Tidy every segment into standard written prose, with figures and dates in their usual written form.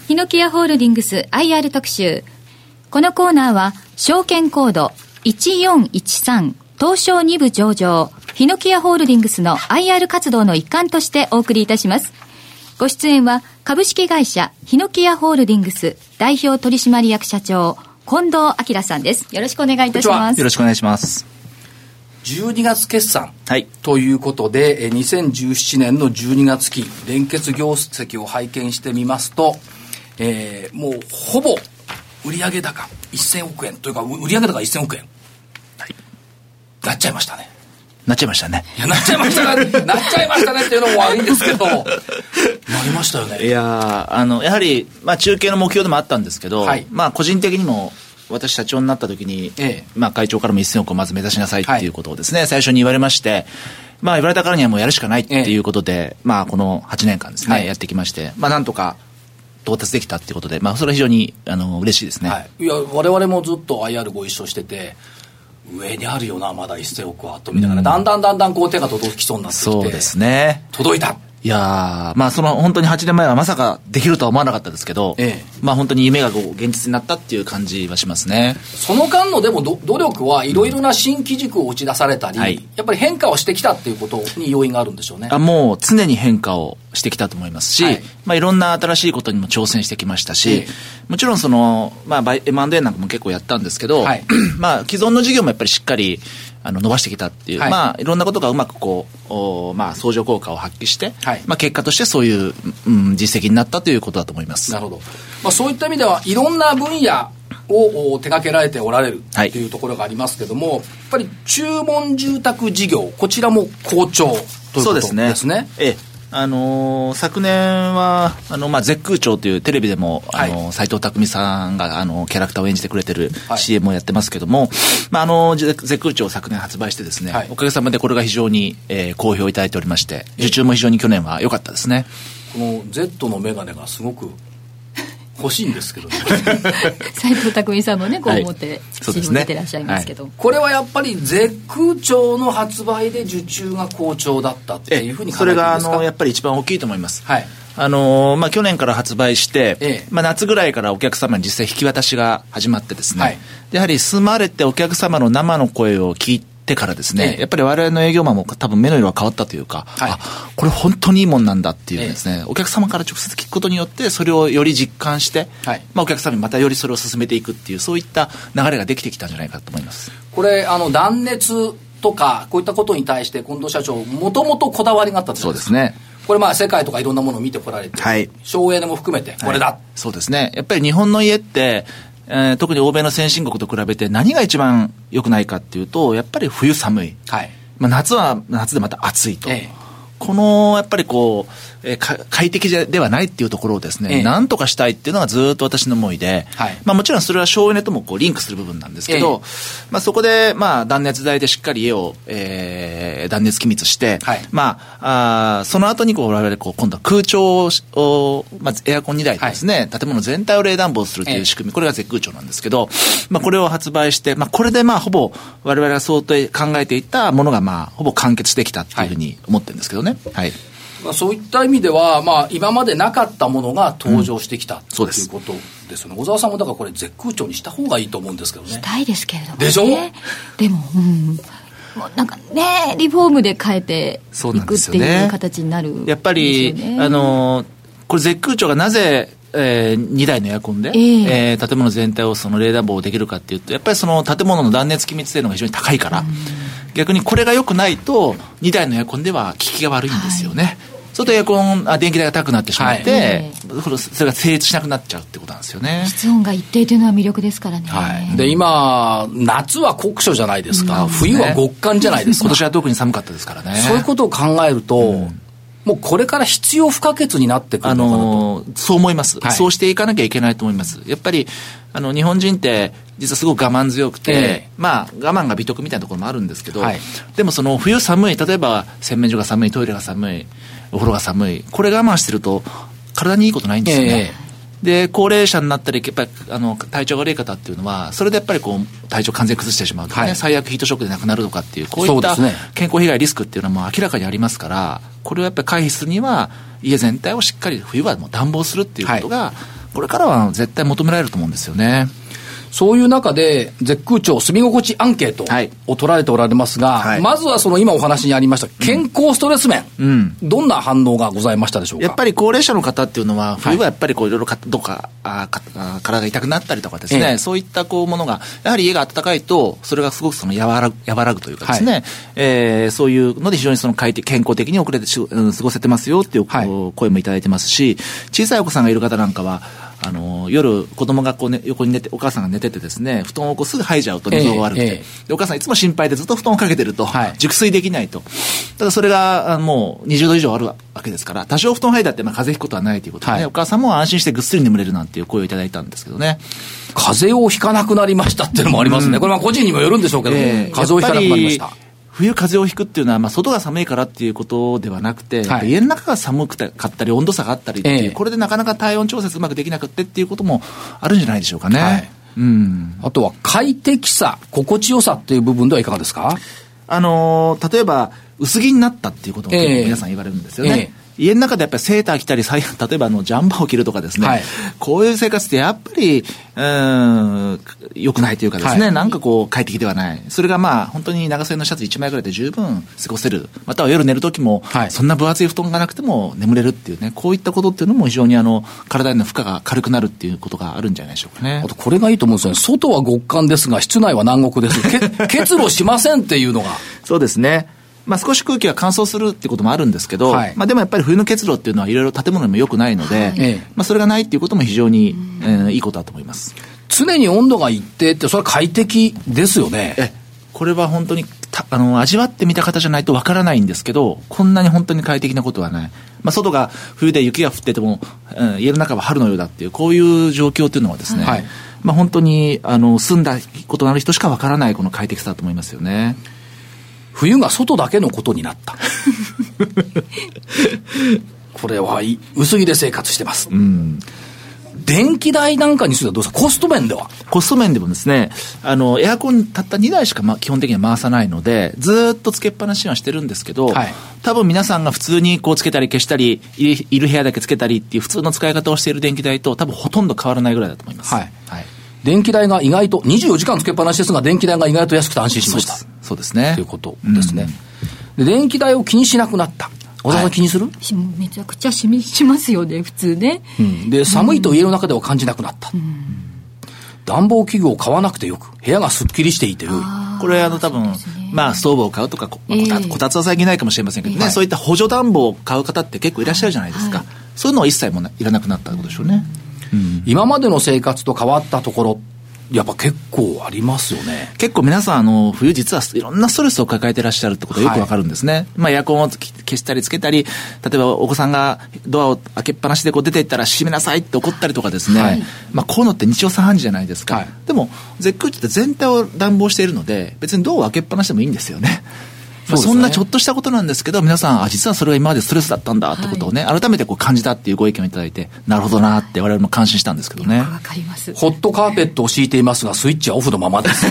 ヒノキヤホールディングス IR 特集。このコーナーは証券コード1413東証2部上場ヒノキヤホールディングスの IR 活動の一環としてお送りいたします。ご出演は株式会社ヒノキヤホールディングス代表取締役社長近藤明さんです。よろしくお願いいたします。 よろしくお願いします。 12月決算ということで、2017年の12月期連結業績を拝見してみますと、もうほぼ売上高1000億円というか売上高1000億円、なっちゃいましたね。 なっちゃいましたね。 いや、なっちゃいましたねなっちゃいましたねっていうのも悪いんですけどなりましたよね。 いややはり、中継の目標でもあったんですけど、個人的にも私社長になった時に、会長からも1000億をまず目指しなさいっていうことをですね、最初に言われまして、言われたからにはもうやるしかないっていうことで、この8年間ですね、やってきまして、なんとか到達できたっていうことで、それは非常に嬉しいですね。 いや、我々もずっと IR ご一緒してて、上にあるよなまだ1000億はと見ながら、だんだんこう手が届きそうになってきて、 そうですね、 届いた。 いやその本当に8年前はまさかできるとは思わなかったですけど、本当に夢が現実になったっていう感じはしますね。 その間のでも努力はいろいろな新機軸を打ち出されたり、やっぱり変化をしてきたっていうことに要因があるんでしょうね。 もう常に変化をしてきたと思いますし、いろんな新しいことにも挑戦してきましたし、もちろんその、M&A なんかも結構やったんですけど、既存の事業もやっぱりしっかり伸ばしてきたっていう、いろんなことがうまく相乗効果を発揮して、結果としてそういう、実績になったということだと思います。 なるほど。そういった意味ではいろんな分野を手掛けられておられるというところがありますけども、やっぱり注文住宅事業、こちらも好調ということですね。 そうですね。昨年は絶空調というテレビでも斉藤工さんがキャラクターを演じてくれてる CM をやってますけども、絶空調を昨年発売してですね、おかげさまでこれが非常に好評いただいておりまして、受注も非常に去年は良かったですね。 この Z のメガネがすごく欲しいんですけどね斉藤工さんもねこう思って CM 出てらっしゃいますけど、 これはやっぱり絶空調の発売で受注が好調だったっていうふうに考えていいですか。 それがやっぱり一番大きいと思います。去年から発売して、夏ぐらいからお客様に実際引き渡しが始まってですね、やはり住まれてお客様の生の声を聞いてからですね、やっぱり我々の営業マンも多分目の色が変わったというか、これ本当にいいもんなんだっていうですね、お客様から直接聞くことによってそれをより実感して、お客様にまたよりそれを進めていくっていう、そういった流れができてきたんじゃないかと思います。 これ断熱とかこういったことに対して近藤社長もともとこだわりがあったんですか。 そうですね。 これ世界とかいろんなものを見てこられて、省エネも含めてこれだ、 そうですね。やっぱり日本の家って特に欧米の先進国と比べて何が一番良くないかっていうと、やっぱり冬寒い、夏は夏でまた暑いと、このやっぱり快適ではないっていうところをですね、なんとかしたいっていうのがずっと私の思いで、もちろんそれは省エネともリンクする部分なんですけど、そこで断熱材でしっかり家を、断熱気密して、その後に我々今度は空調を、エアコン2台でですね、建物全体を冷暖房するという仕組み、これが絶空調なんですけど、これを発売して、これでほぼ我々が想定考えていたものがほぼ完結できたっていうふうに思ってるんですけどね。 そういった意味では、今までなかったものが登場してきた、ということですよね。小沢さんもだからこれ絶空調にした方がいいと思うんですけどね。 したいですけれども、ね、 でしょ。 でも、もうなんかね、リフォームで変えていくっていう形になるんですよね。 やっぱりこれ絶空調がなぜ2台のエアコンで、建物全体をその冷暖房できるかっていうと、やっぱりその建物の断熱気密性能が非常に高いから、逆にこれが良くないと2台のエアコンでは効きが悪いんですよね。そうすると電気代が高くなってしまって、それが成立しなくなっちゃうってことなんですよね。 室温が一定というのは魅力ですからね。 で今夏は酷暑じゃないですか、冬は極寒じゃないですか。 今年は特に寒かったですからね。 そういうことを考えると、もうこれから必要不可欠になってくるのかなと、 そう思います、そうしていかなきゃいけないと思います。やっぱり日本人って実はすごく我慢強くて、我慢が美徳みたいなところもあるんですけど、でもその冬寒い、例えば洗面所が寒い、トイレが寒い、お風呂が寒い、これ我慢してると体にいいことないんですよね。で高齢者になったりやっぱり体調が悪い方っていうのはそれでやっぱり体調完全に崩してしまうとかね、最悪ヒートショックで亡くなるとかっていうこういった健康被害リスクっていうのはもう明らかにありますから、これをやっぱり回避するには家全体をしっかり冬はもう暖房するっていうことが、 これからは絶対求められると思うんですよね。 そういう中で絶空調住み心地アンケートを取られておられますが、はい、まずはその今お話にありました健康ストレス面、どんな反応がございましたでしょうか。 やっぱり高齢者の方っていうのは冬はやっぱりこういろいろどっか体が痛くなったりとかですね、そういったこうものがやはり家が暖かいとそれがすごくその和らぐというかですね、そういうので非常にその健康的に遅れて過ごせてますよっていう声もいただいてますし、小さいお子さんがいる方なんかは夜子供がこう、ね、横に寝てお母さんが寝ててですね、布団をこうすぐ吐いちゃうと寝相が悪くて、でお母さんいつも心配でずっと布団をかけてると、熟睡できないと。ただそれがもう20度以上あるわけですから、多少布団吐いたって風邪ひくことはないということで、ね、お母さんも安心してぐっすり眠れるなんていう声をいただいたんですけどね。 風邪をひかなくなりましたっていうのもありますね。これは個人にもよるんでしょうけど、風邪をひかなくなりました。 冬風邪をひくっていうのは、外が寒いからっていうことではなくて、家の中が寒くかったり温度差があったりっていう、これでなかなか体温調節うまくできなくってっていうこともあるんじゃないでしょうかね。 あとは快適さ、心地よさっていう部分ではいかがですか。 例えば薄着になったっていうことも皆さん言われるんですよね。家の中でやっぱりセーター着たり、例えばジャンバーを着るとかですね、こういう生活ってやっぱり良くないというかですね、なんかこう快適ではない。それが本当に長袖のシャツ1枚ぐらいで十分過ごせる。または夜寝る時も、そんな分厚い布団がなくても眠れるっていうね、こういったことっていうのも非常に体への負荷が軽くなるっていうことがあるんじゃないでしょうかね。 あとこれがいいと思うんですよね。外は極寒ですが室内は南国です。結露しませんっていうのが。 そうですね。少し空気が乾燥するってこともあるんですけど、でもやっぱり冬の結露っていうのはいろいろ建物にも良くないので、それがないっていうことも非常に、いいことだと思います。 常に温度が一定ってそれは快適ですよね。 これは本当に味わってみた方じゃないとわからないんですけど、こんなに本当に快適なことはない。外が冬で雪が降ってても、家の中は春のようだっていうこういう状況っていうのはですね、本当に住んだことのある人しかわからないこの快適さだと思いますよね。 冬が外だけのことになったこれは薄着で生活してます。電気代なんかにするとどうですか。コスト面でもですね、エアコンたった2台しか基本的には回さないので、ずっとつけっぱなしはしてるんですけど、多分皆さんが普通にこうつけたり消したりいる部屋だけつけたりっていう普通の使い方をしている電気代と多分ほとんど変わらないぐらいだと思います。 電気代が意外と24時間つけっぱなしですが、電気代が意外と安くて安心しました。 そうですね。 ということですね。で電気代を気にしなくなった。小田さん気にする？ めちゃくちゃしますよね、普通ね。 で寒いと家の中では感じなくなった。暖房器具を買わなくてよく、部屋がすっきりしていてよい。 これ多分ストーブを買うとか、こたつは最近ないかもしれませんけどね、そういった補助暖房を買う方って結構いらっしゃるじゃないですか。そういうのは一切もいらなくなったことでしょうね。 今までの生活と変わったところやっぱ結構ありますよね。 結構皆さん冬実はいろんなストレスを抱えてらっしゃるってことがよくわかるんですね。エアコンを消したりつけたり、例えばお子さんがドアを開けっぱなしで出ていったら閉めなさいって怒ったりとかですね、こういうのって日常茶飯事じゃないですか。でも絶空調って全体を暖房しているので別にドアを開けっぱなしでもいいんですよね。そんなちょっとしたことなんですけど、皆さん実はそれが今までストレスだったんだってことをね、改めて感じたっていうご意見をいただいて、なるほどなって我々も感心したんですけどね。 わかります。 ホットカーペットを敷いていますがスイッチはオフのままです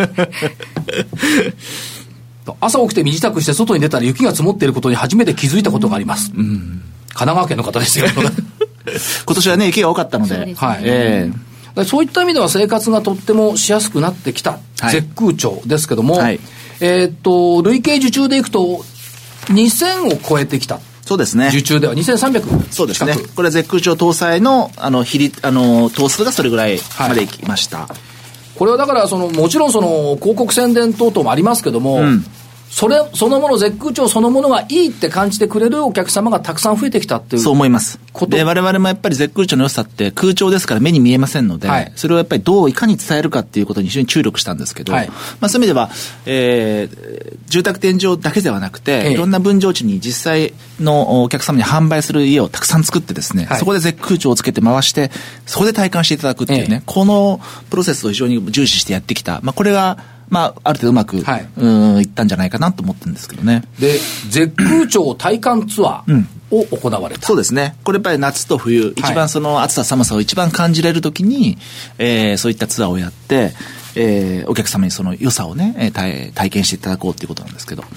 朝起きて身支度して外に出たら雪が積もっていることに初めて気づいたことがあります。神奈川県の方ですよ今年はね雪が多かったので、 そういった意味では生活がとってもしやすくなってきた絶空調ですけども、累計受注でいくと2000を超えてきた。 そうですね。 受注では2300。 そうですね。これは絶空調搭載の頭数がそれぐらいまでいきました。 これはだからもちろん広告宣伝等々もありますけども、そのもの絶空調そのものがいいって感じてくれるお客様がたくさん増えてきたっていう。 そう思います。で我々もやっぱり絶空調の良さって空調ですから目に見えませんので、それをやっぱりいかに伝えるかっていうことに非常に注力したんですけど、そういう意味では、住宅天井だけではなくて、いろんな分譲地に実際のお客様に販売する家をたくさん作ってですね、そこで絶空調をつけて回してそこで体感していただくっていうね、このプロセスを非常に重視してやってきた、これがある程度うまく、いったんじゃないかなと思ってるんですけどね。 で絶空調体感ツアーを行われた。 そうですね。これやっぱり夏と冬、一番その暑さ寒さを一番感じれるときに、そういったツアーをやって、お客様にその良さをね、体験していただこうということなんですけど、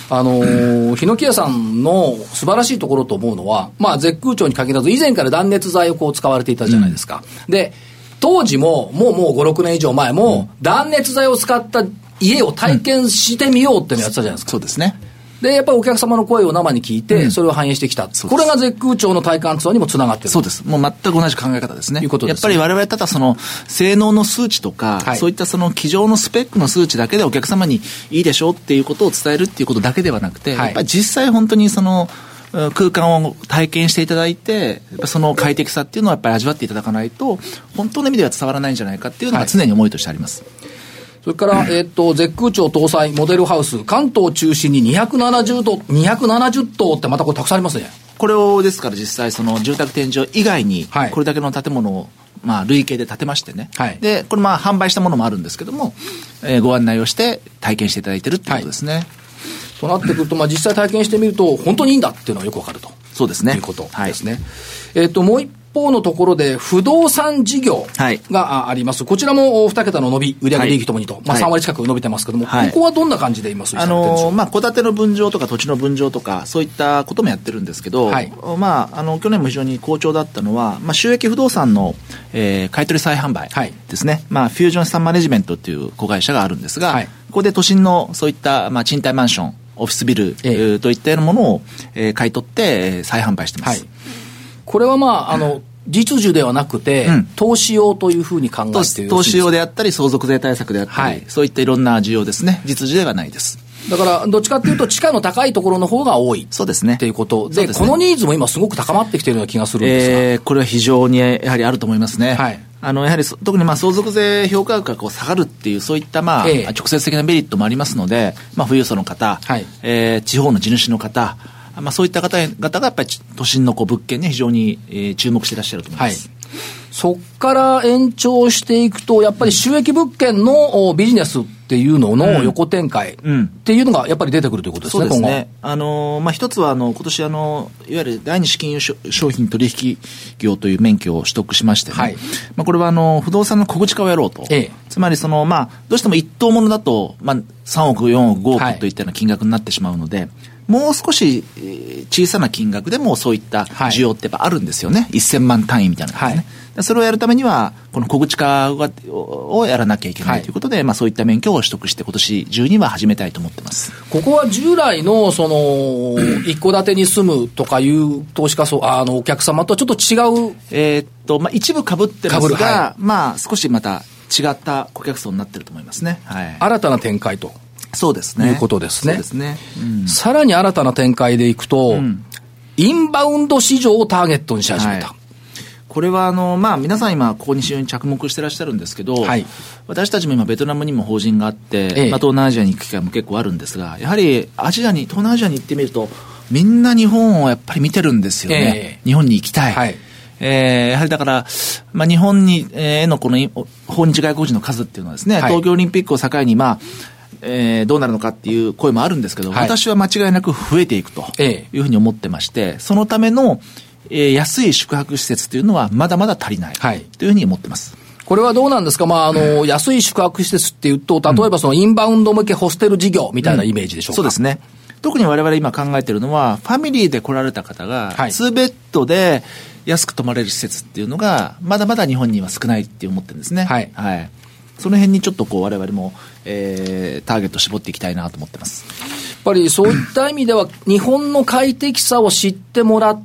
日野木屋さんの素晴らしいところと思うのは、まあ、絶空調に限らず、以前から断熱材をこう使われていたじゃないですか。で、当時も、もう5、6年以上前も、断熱材を使った家を体験してみようってのやってたじゃないですか。 そうですね。 で、やっぱりお客様の声を生に聞いて、それを反映してきた。これが絶空調の体感ツアーにもつながってる。 そうです。もう全く同じ考え方ですね。 いうことですね。 やっぱり我々ただその、性能の数値とか、はい、そういったその机上のスペックの数値だけでお客様にいいでしょうっていうことを伝えるっていうことだけではなくて、はい、やっぱり実際本当にその、空間を体験していただいて、やっぱその快適さっていうのをやっぱり味わっていただかないと、本当の意味では伝わらないんじゃないかっていうのが常に思いとしてあります。 それから、絶空調搭載モデルハウス、関東を中心に270棟ってまたこれたくさんありますね。 これをですから実際その住宅天井以外に、これだけの建物を、まあ、累計で建てましてね。はい、で、これまあ販売したものもあるんですけども、ご案内をして体験していただいてるっていうことですね。はい、 となってくると、まあ実際体験してみると、本当にいいんだっていうのがよくわかると。 そうですね。 いうことですね。はい、もう一方のところで不動産事業があります。こちらも2桁の伸び、売上利益ともにと、まあ3割近く伸びてますけども、ここはどんな感じでいます？ まあ戸建ての分譲とか土地の分譲とかそういったこともやってるんですけど、まあ去年も非常に好調だったのは、まあ収益不動産の、買取再販売ですね。まあフュージョン資産マネジメントっていう子会社があるんですが、ここで都心のそういったまあ賃貸マンション、オフィスビル、といったようなものを、買い取って再販売してます。 これはまあ実需ではなくて、投資用というふうに考えている。 投資用であったり相続税対策であったり、そういったいろんな需要ですね。実需ではないです。 だからどっちかというと地価の高いところの方が多い。 そうですね。 っていうことで、このニーズも今すごく高まってきているような気がするんですが、 これは非常にやはりあると思いますね。はい。やはり特にまあ相続税評価額がこう下がるっていうそういったまあ、直接的なメリットもありますので、まあ富裕層の方、地方の地主の方、まあそういった方々がやっぱり都心のこう物件に非常に、注目していらっしゃると思います。 そこから延長していくと、やっぱり収益物件のビジネスっていうのの横展開っていうのがやっぱり出てくるということですね、 そうですね。まあ、一つは今年いわゆる第二種金融商品取引業という免許を取得しましてね、まあ、これは不動産の小口化をやろうと。つまりまあ、どうしても一棟ものだと、まあ、3億、4億、5億といったような金額になってしまうので、もう少し小さな金額でもそういった需要ってやっぱあるんですよね。1000万単位みたいな感じですね。それをやるためには、この小口化をやらなきゃいけないということで、まあそういった免許を取得して今年中には始めたいと思ってます。 ここは従来の一戸建てに住むとかいう投資家層、お客様とはちょっと違う。 まあ一部被ってますが、まあ少しまた違った顧客層になってると思いますね。 新たな展開と。 そうですね。 いうことですね。 そうですね。 さらに新たな展開でいくと、インバウンド市場をターゲットにし始めた。 これはまあ皆さん今ここに非常に着目してらっしゃるんですけど、私たちも今ベトナムにも法人があって、まあ東南アジアに行く機会も結構あるんですが、やはり東南アジアに行ってみると、みんな日本をやっぱり見てるんですよね。日本に行きたい。やはりだから、まあ、日本に、のこの訪日外国人の数っていうのはですね、東京オリンピックを境にまあ、どうなるのかっていう声もあるんですけど、私は間違いなく増えていくというふうに思ってまして、そのための、安い宿泊施設というのはまだまだ足りないというふうに思ってます。 これはどうなんですか？まあ、安い宿泊施設っていうと、例えばそのインバウンド向けホステル事業みたいなイメージでしょうか？ そうですね。特に我々今考えているのは、ファミリーで来られた方が、2ベッドで安く泊まれる施設っていうのが、まだまだ日本には少ないって思ってるんですね。その辺にちょっとこう我々も、ターゲット絞っていきたいなと思ってます。 やっぱりそういった意味では、日本の快適さを知ってもらって、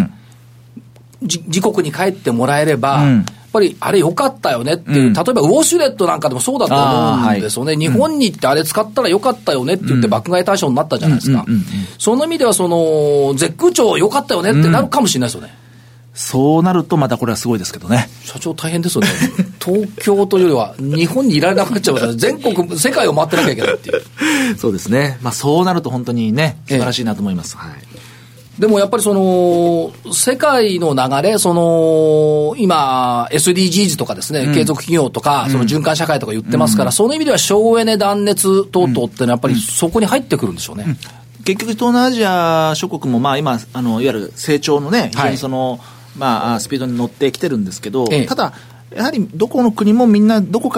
自国に帰ってもらえれば、やっぱりあれ良かったよねっていう、例えばウォシュレットなんかでもそうだと思うんですよね。日本に行ってあれ使ったら良かったよねって言って爆買い対象になったじゃないですか。その意味では絶空調良かったよねってなるかもしれないですよね。 そうなるとまたこれはすごいですけどね。 社長大変ですよね。東京というよりは日本にいられなくなっちゃうから全国、世界を回ってなきゃいけないっていう。 そうですね。まあそうなると本当にね、素晴らしいなと思います。 でもやっぱり世界の流れ、今、SDGs とかですね、継続企業とか、循環社会とか言ってますから、その意味では省エネ断熱等々ってのはやっぱりそこに入ってくるんでしょうね。 結局東南アジア諸国もまあ今、いわゆる成長のね、非常にまあスピードに乗ってきてるんですけど、ただ、やはりどこの国もみんなどこかで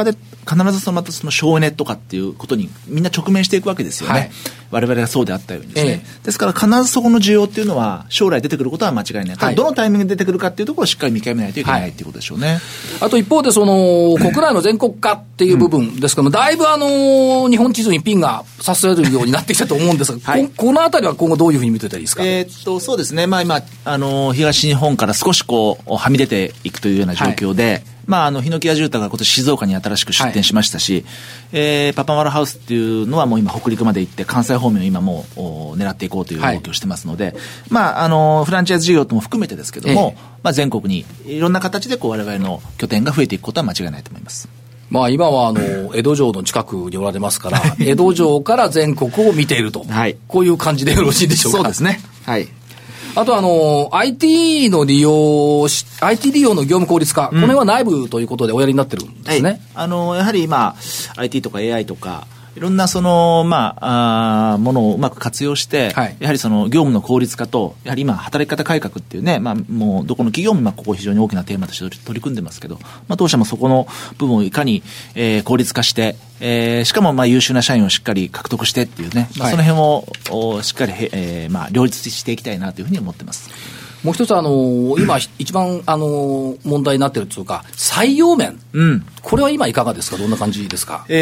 必ずまた省エネとかっていうことにみんな直面していくわけですよね。はい、我々がそうであったようにですね。ですから必ずそこの需要っていうのは将来出てくることは間違いない。ただどのタイミングで出てくるかっていうところをしっかり見極めないといけないっていうことでしょうね。 あと一方で国内の全国化っていう部分ですけども、だいぶ日本地図にピンが刺されるようになってきたと思うんですが、このあたりは今後どういうふうに見てたらいいですか。 そうですね。今東日本から少しはみ出ていくというような状況で、ヒノキ屋住宅が今年静岡に新しく出店しましたし、パパマルハウスっていうのはもう今北陸まで行って関西方面を今もう狙っていこうという動きをしてますので、フランチャイズ事業とも含めてですけども、全国にいろんな形で我々の拠点が増えていくことは間違いないと思います。 今は江戸城の近くにおられますから江戸城から全国を見ていると、こういう感じでよろしいでしょうか。 そうですね。はい。 あとIT 利用の業務効率化、この辺は内部ということでおやりになってるんですね。 やはり今 IT とか AI とかいろんなものをうまく活用して、やはり業務の効率化と、やはり今働き方改革っていうね、もうどこの企業もここ非常に大きなテーマとして取り組んでますけど、当社もそこの部分をいかに、効率化して、しかも優秀な社員をしっかり獲得してっていうね、その辺をしっかり、両立していきたいなというふうに思ってます。 もう一つ今一番問題になっているというか採用面、これは今いかがですか。どんな感じですか。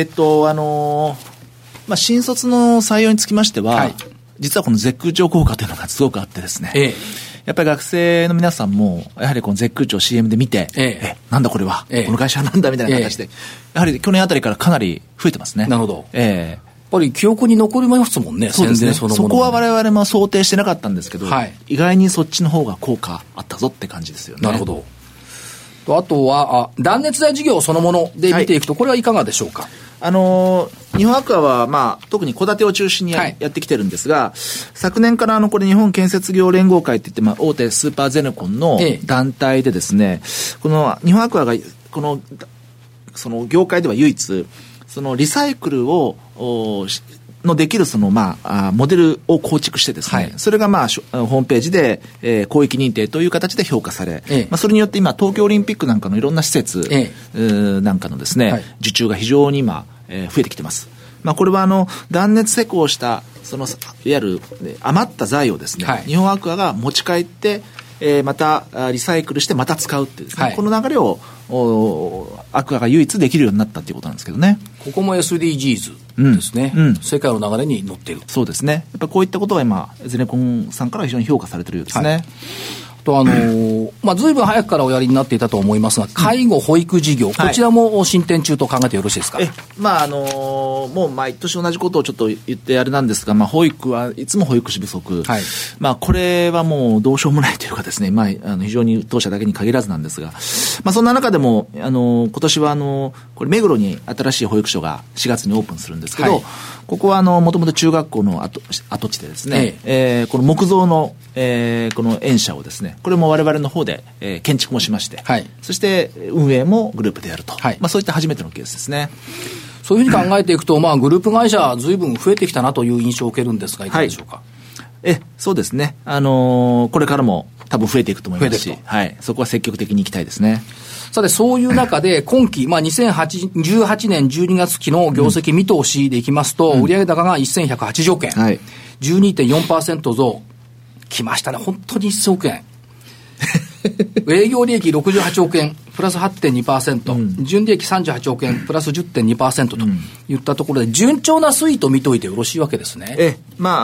新卒の採用につきましては、実はこの絶空調効果というのがすごくあってですね、やっぱり学生の皆さんもやはりこの絶空調 CM で見て、なんだこれは、この会社はなんだみたいな形で、やはり去年あたりからかなり増えてますね。 なるほど。やっぱり記憶に残りますもんね。 そうですね。そこは我々も想定してなかったんですけど、意外にそっちの方が効果あったぞって感じですよね。 なるほど。あとは断熱材事業そのもので見ていくと、これはいかがでしょうか。 日本アクアは、特に戸建てを中心にやってきてるんですが、昨年からこれ日本建設業連合会っていって、大手スーパーゼネコンの団体でですね、この日本アクアがその業界では唯一リサイクルをのできるモデルを構築してですね、それがホームページで、広域認定という形で評価され、それによって今東京オリンピックなんかのいろんな施設、なんかのですね、受注が非常に今、増えてきてます。これは断熱施工したいわゆる余った材をですね、日本アクアが持ち帰ってまたリサイクルしてまた使うってですね、この流れをアクアが唯一できるようになったっていうことなんですけどね。 ここも SDGs ですね、世界の流れに乗っている。 そうですね。やっぱりこういったことが今ゼネコンさんから非常に評価されているようですね。 とずいぶん早くからおやりになっていたと思いますが、介護保育事業、こちらも進展中と考えてよろしいですか。 もう毎年同じことをちょっと言ってあれなんですが、保育はいつも保育士不足、これはもうどうしようもないというかですね、非常に当社だけに限らずなんですが、そんな中でも今年はこれ目黒に新しい保育所が4月にオープンするんですけど、ここはもともと中学校の跡地でですね、この木造の、この園舎をですね、これも我々の方で、建築もしまして、そして運営もグループでやると、そういった初めてのケースですね。 そういうふうに考えていくと、グループ会社ずいぶん増えてきたなという印象を受けるんですが、いかがでしょうか。 そうですね。これからも多分増えていくと思いますし、そこは積極的にいきたいですね。 さて、そういう中で今期、2018年12月期の業績見通しでいきますと、売上高が1180億円、12.4% 増。来ましたね。本当に1000億円。営業利益68億円、プラス 8.2%、純利益38億円、プラス 10.2% といったところで、順調な推移と見ておいてよろしいわけですね。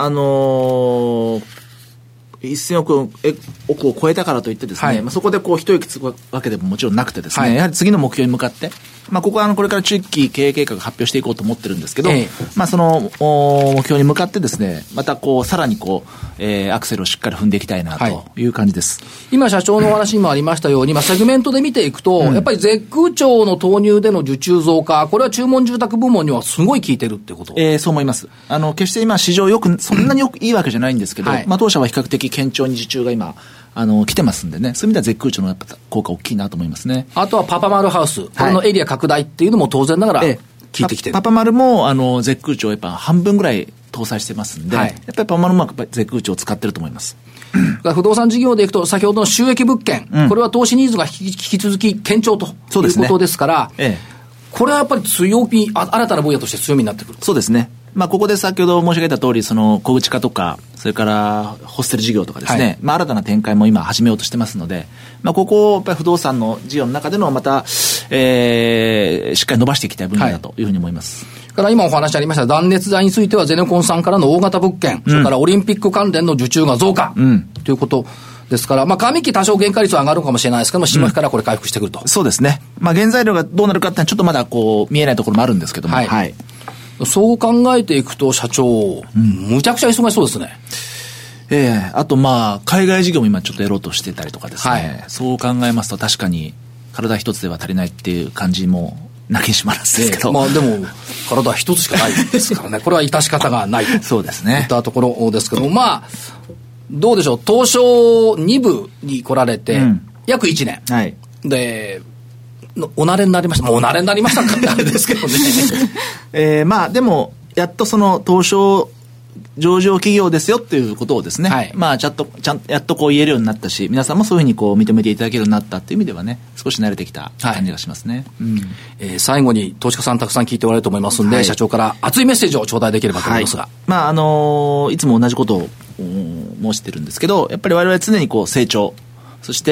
1000億を超えたからといってですね、そこで一息つくわけでももちろんなくてですね、やはり次の目標に向かって、ここはこれから中期経営計画発表していこうと思ってるんですけど、その目標に向かってですね、またさらにアクセルをしっかり踏んでいきたいなという感じです。 今社長のお話にもありましたように、セグメントで見ていくと、やっぱり絶空調の投入での受注増加、これは注文住宅部門にはすごい効いてるってこと。 そう思います。決して今市場そんなにいいわけじゃないんですけど、当社は比較的堅調に受注が今来てますんでね、そういう意味では絶空調のやっぱ効果大きいなと思いますね。 あとはパパマルハウス、これのエリア拡大っていうのも当然ながら効いてきてる。 パパマルも絶空調やっぱ半分ぐらい搭載してますんで、やっぱりパパマルも絶空調を使ってると思います。 不動産事業でいくと、先ほどの収益物件、これは投資ニーズが引き続き堅調ということですから、 これはやっぱり強み、新たな分野として強みになってくる。 そうですね。ここで先ほど申し上げた通り、小口化とか、それからホステル事業とかですね、新たな展開も今始めようとしてますので、ここをやっぱり不動産の事業の中でのまた、しっかり伸ばしていきたい分野だというふうに思います。 から今お話ありました断熱材についてはゼネコンさんからの大型物件、それからオリンピック関連の受注が増加、ということですから、上期多少原価率は上がるかもしれないですけども、下期からこれ回復してくると。 そうですね。原材料がどうなるかってのはちょっとまだ見えないところもあるんですけども。 そう考えていくと社長、むちゃくちゃ忙しそうですね。 あと海外事業も今ちょっとやろうとしてたりとかですね。そう考えますと確かに体一つでは足りないっていう感じも泣きしまらずですけど。 でも体一つしかないですからね。これは致し方がないと。 そうですね。 いったところですけども、どうでしょう。東証2部に来られて、約1年。で、お慣れになりました。もうお慣れになりましたかってあれですけどね。 でも、やっと東証上場企業ですよっていうことをですね、やっと言えるようになったし、皆さんもそういうふうに認めていただけるようになったっていう意味ではね、少し慣れてきた感じがしますね。 最後に投資家さんたくさん聞いておられると思いますので、社長から熱いメッセージを頂戴できればと思いますが。 いつも同じことを申してるんですけど、やっぱり我々常に成長、そして、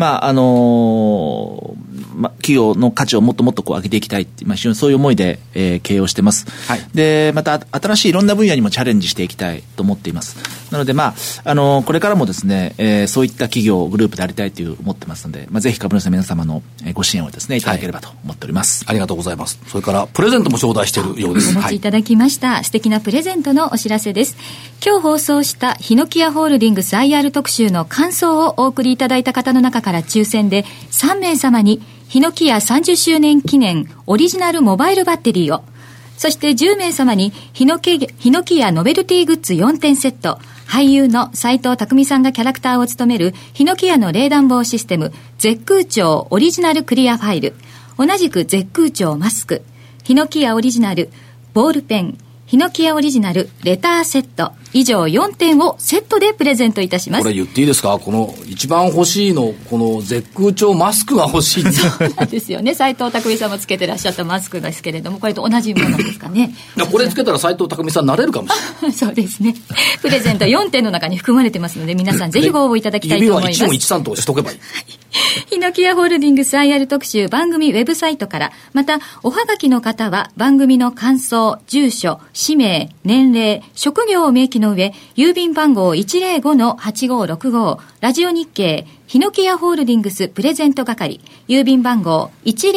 企業の価値をもっともっと上げていきたいって、非常にそういう思いで、経営をしてます。で、また新しいいろんな分野にもチャレンジしていきたいと思っています。なので、これからもですね、そういった企業、グループでありたいと思ってますので、ぜひ株主の皆様のご支援をですね、いただければと思っております。 ありがとうございます。それから、プレゼントも頂戴しているようです。 お持ちいただきました。素敵なプレゼントのお知らせです。今日放送したヒノキアホールディングス IR 特集の感想をお送りいただいた方の中から抽選で3名様にヒノキア30周年記念オリジナルモバイルバッテリーを、そして10名様にヒノキアノベルティグッズ4点セット、俳優の斉藤匠さんがキャラクターを務めるヒノキアの冷暖房システム絶空調オリジナルクリアファイル、同じく絶空調マスク、ヒノキアオリジナルボールペン、ヒノキアオリジナルレターセット、以上4点をセットでプレゼントいたします。 これ言っていいですか？この一番欲しいの、この絶空調マスクが欲しい。 そうなんですよね。斉藤匠さんもつけてらっしゃったマスクですけれども、これと同じものですかね。 これつけたら斉藤匠さんになれるかもしれない。 そうですね。プレゼント4点の中に含まれてますので、皆さんぜひご応募いただきたいと思います。 指は1、4、1、3としとけばいい。 ヒノキアホールディングス IR 特集番組ウェブサイトから、またおはがきの方は番組の感想、住所、氏名、年齢、職業を明記の上、郵便番号 105-8565 ラジオ日経ヒノキアホールディングスプレゼント係、郵便番号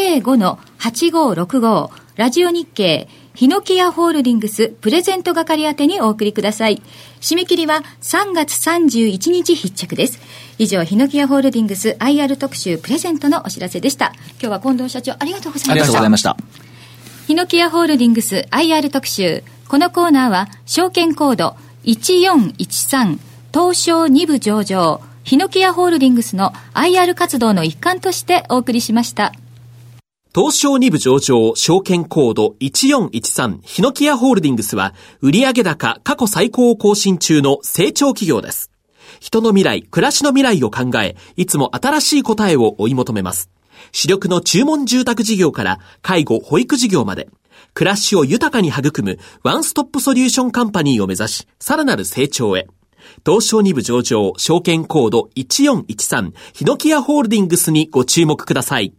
105-8565 ラジオ日経ヒノキアホールディングスプレゼント係宛てにお送りください。締め切りは3月31日必着です。以上、ヒノキアホールディングス IR 特集プレゼントのお知らせでした。今日は近藤社長ありがとうございました。 ありがとうございました。 ヒノキアホールディングス IR 特集、このコーナーは証券コード1413東証2部上場ヒノキアホールディングスの IR 活動の一環としてお送りしました。 東証2部上場証券コード1413ヒノキアホールディングスは売上高過去最高を更新中の成長企業です。人の未来、暮らしの未来を考え、いつも新しい答えを追い求めます。主力の注文住宅事業から介護・保育事業まで、暮らしを豊かに育むワンストップソリューションカンパニーを目指し、さらなる成長へ。東証2部上場証券コード1413ヒノキアホールディングスにご注目ください。